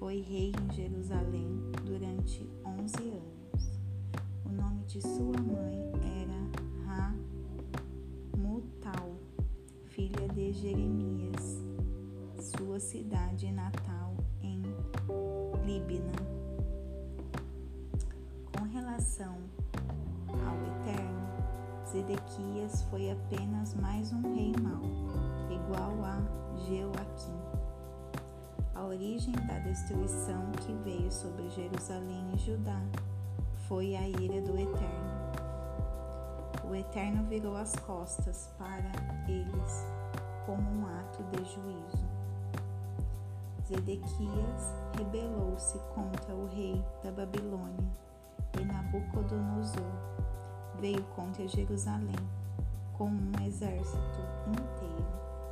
foi rei em Jerusalém durante 11 anos. O nome de sua mãe era Hamutal, filha de Jeremias, sua cidade natal em Líbina. Com relação ao Eterno, Zedequias foi apenas mais um rei mau, igual a Jeoaquim. A origem da destruição que veio sobre Jerusalém e Judá foi a ira do Eterno. O Eterno virou as costas para eles como um ato de juízo. Zedequias rebelou-se contra o rei da Babilônia e Nabucodonosor veio contra Jerusalém com um exército inteiro.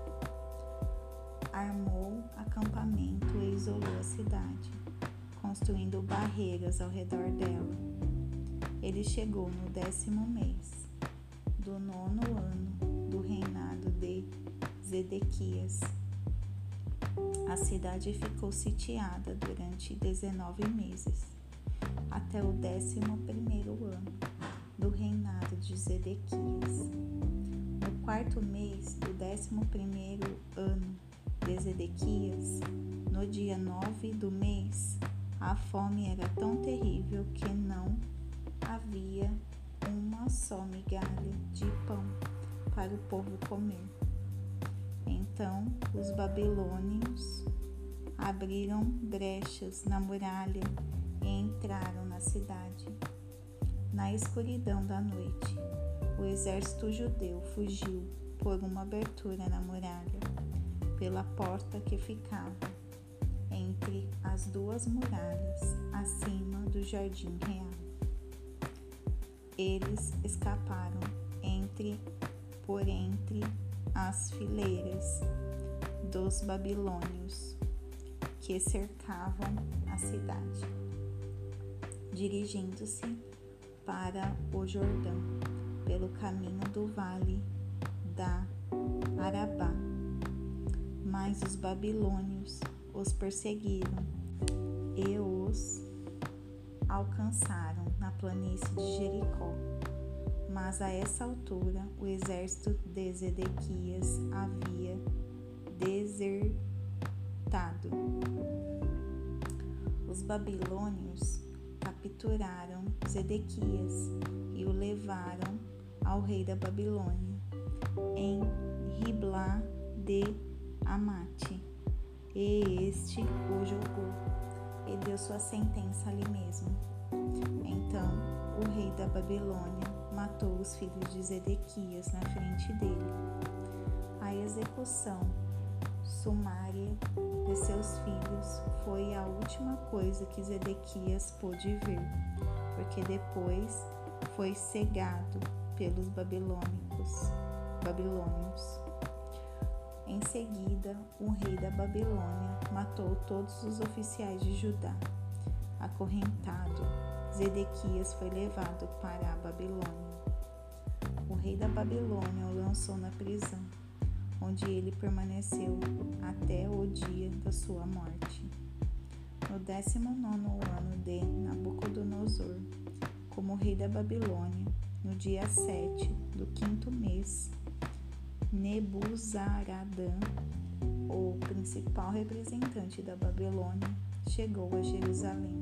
Armou acampamento e isolou a cidade, construindo barreiras ao redor dela. Ele chegou no 10º mês do 9º ano do reinado de Zedequias. A cidade ficou sitiada durante 19 meses, até o 11º ano do reinado de Zedequias. No 4º mês do 11º ano de Zedequias, no dia 9 do mês, a fome era tão terrível que não havia uma só migalha de pão para o povo comer. Então os babilônios abriram brechas na muralha e entraram na cidade. Na escuridão da noite, o exército judeu fugiu por uma abertura na muralha, pela porta que ficava entre as duas muralhas, acima do jardim real. Eles escaparam por entre as fileiras dos babilônios que cercavam a cidade, dirigindo-se para o Jordão, pelo caminho do vale da Arabá. Mas os babilônios os perseguiram e os alcançaram na planície de Jericó. Mas a essa altura o exército de Zedequias havia desertado. Os babilônios capturaram Zedequias e o levaram ao rei da Babilônia, em Riblá de Amate, e este o julgou e deu sua sentença ali mesmo. Então o rei da Babilônia matou os filhos de Zedequias na frente dele. A execução sumária de seus filhos foi a última coisa que Zedequias pôde ver, porque depois foi cegado pelos babilônios. Em seguida, o rei da Babilônia matou todos os oficiais de Judá. Acorrentado, Zedequias foi levado para a Babilônia. O rei da Babilônia o lançou na prisão, onde ele permaneceu até o dia da sua morte. No 19º ano de Nabucodonosor, como rei da Babilônia, no dia 7 do 5º mês, Nebuzaradã, o principal representante da Babilônia, chegou a Jerusalém.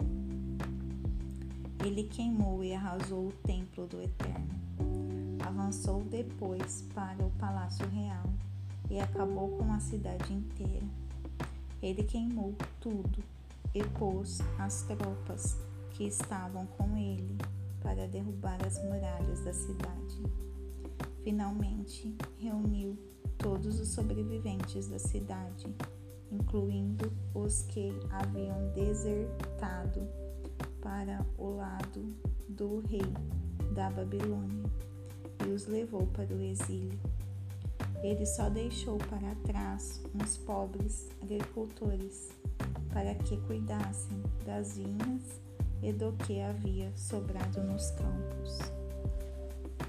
Ele queimou e arrasou o templo do Eterno. Avançou depois para o palácio real e acabou com a cidade inteira. Ele queimou tudo e pôs as tropas que estavam com ele para derrubar as muralhas da cidade. Finalmente, reuniu todos os sobreviventes da cidade, incluindo os que haviam desertado para o lado do rei da Babilônia, e os levou para o exílio. Ele só deixou para trás uns pobres agricultores para que cuidassem das vinhas e do que havia sobrado nos campos.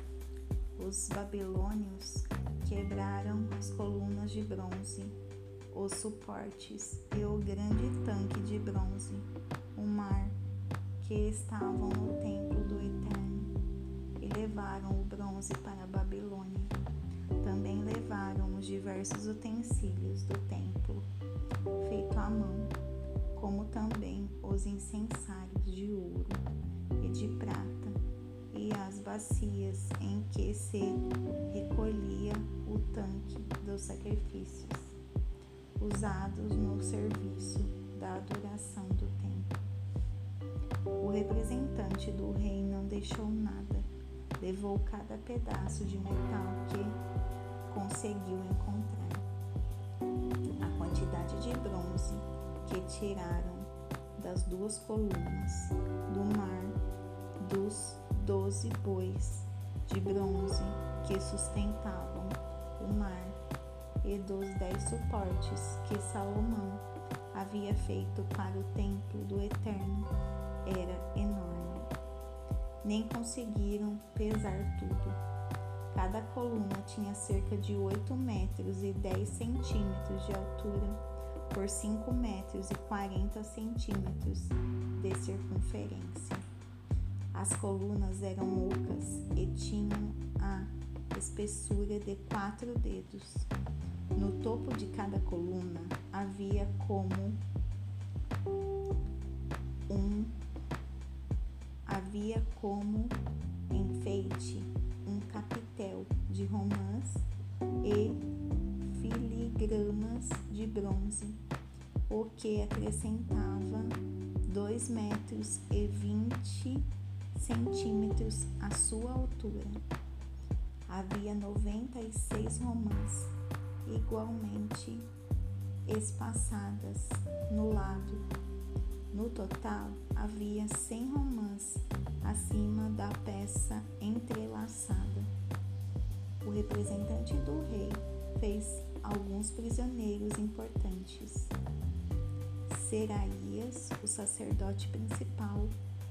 Os babilônios quebraram as colunas de bronze os suportes e o grande tanque de bronze, o mar, que estavam no templo do Eterno, e levaram o bronze para a Babilônia. Também levaram os diversos utensílios do templo, feito à mão, como também os incensários de ouro e de prata, e as bacias em que se recolhia o tanque dos sacrifícios, usados no serviço da adoração do templo. O representante do rei não deixou nada, levou cada pedaço de metal que conseguiu encontrar. A quantidade de bronze que tiraram das 2 colunas do mar, dos 12 bois de bronze que sustentavam o mar e dos 10 suportes que Salomão havia feito para o templo do Eterno era enorme. Nem conseguiram pesar tudo. Cada coluna tinha cerca de 8 metros e 10 centímetros de altura por 5 metros e 40 centímetros de circunferência. As colunas eram ocas e tinham a espessura de 4 dedos. No topo de cada coluna havia como enfeite um capitel de romãs e filigramas de bronze, o que acrescentava 2 metros e 20 centímetros à sua altura. Havia 96 romãs igualmente espaçadas no lado. No total, havia 100 romãs acima da peça entrelaçada. O representante do rei fez alguns prisioneiros importantes. Seraías, o sacerdote principal,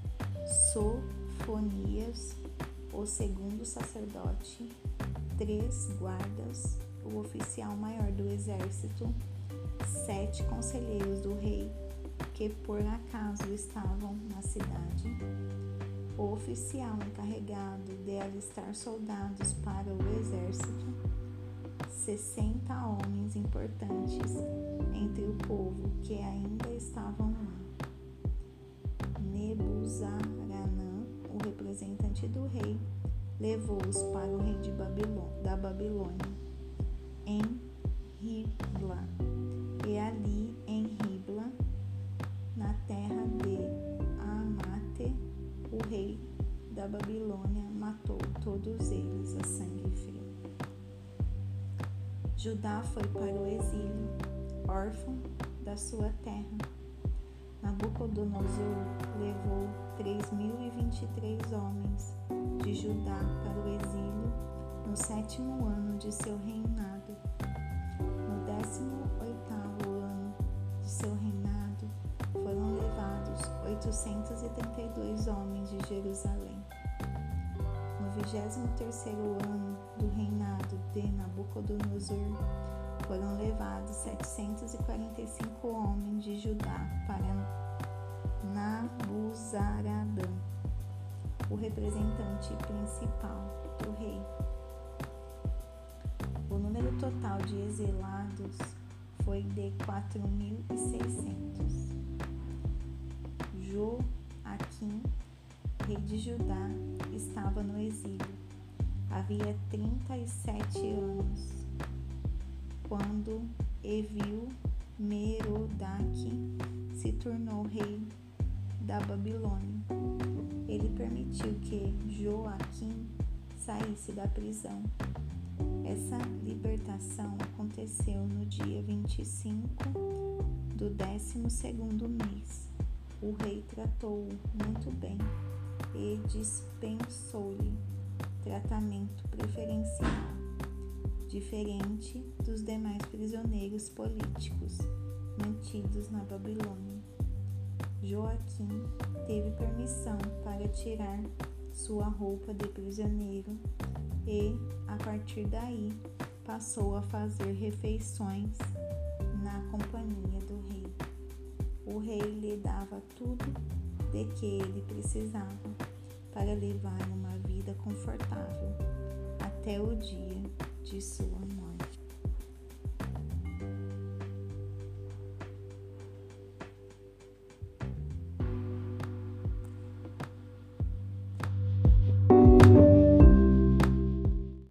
Sofonias, o segundo sacerdote, 3 guardas, o oficial maior do exército, 7 conselheiros do rei que por acaso estavam na cidade, o oficial encarregado de alistar soldados para o exército, 60 homens importantes entre o povo que ainda estavam lá. Nebuzaranã, o representante do rei, levou-os para o rei da Babilônia, em Ribla, e ali em Ribla, na terra de Amate, o rei da Babilônia matou todos eles a sangue frio. Judá foi para o exílio, órfão da sua terra. Nabucodonosor levou 3.023 homens de Judá para o exílio no 7º ano de seu reinado. No 18º ano de seu reinado, foram levados 832 homens de Jerusalém. No 23º ano do reinado de Nabucodonosor, foram levados 745 homens de Judá para Nabuzaradã, o representante principal do rei. O número total de exilados foi de 4.600. Joaquim, rei de Judá, estava no exílio. Havia 37 anos, quando Evil-Merodach se tornou rei da Babilônia. Ele permitiu que Joaquim saísse da prisão. Essa libertação aconteceu no dia 25 do 12º mês. O rei tratou-o muito bem e dispensou-lhe tratamento preferencial, diferente dos demais prisioneiros políticos mantidos na Babilônia. Joaquim teve permissão para tirar sua roupa de prisioneiro e, a partir daí, passou a fazer refeições na companhia do rei. O rei lhe dava tudo de que ele precisava para levar uma vida confortável até o dia de sua morte.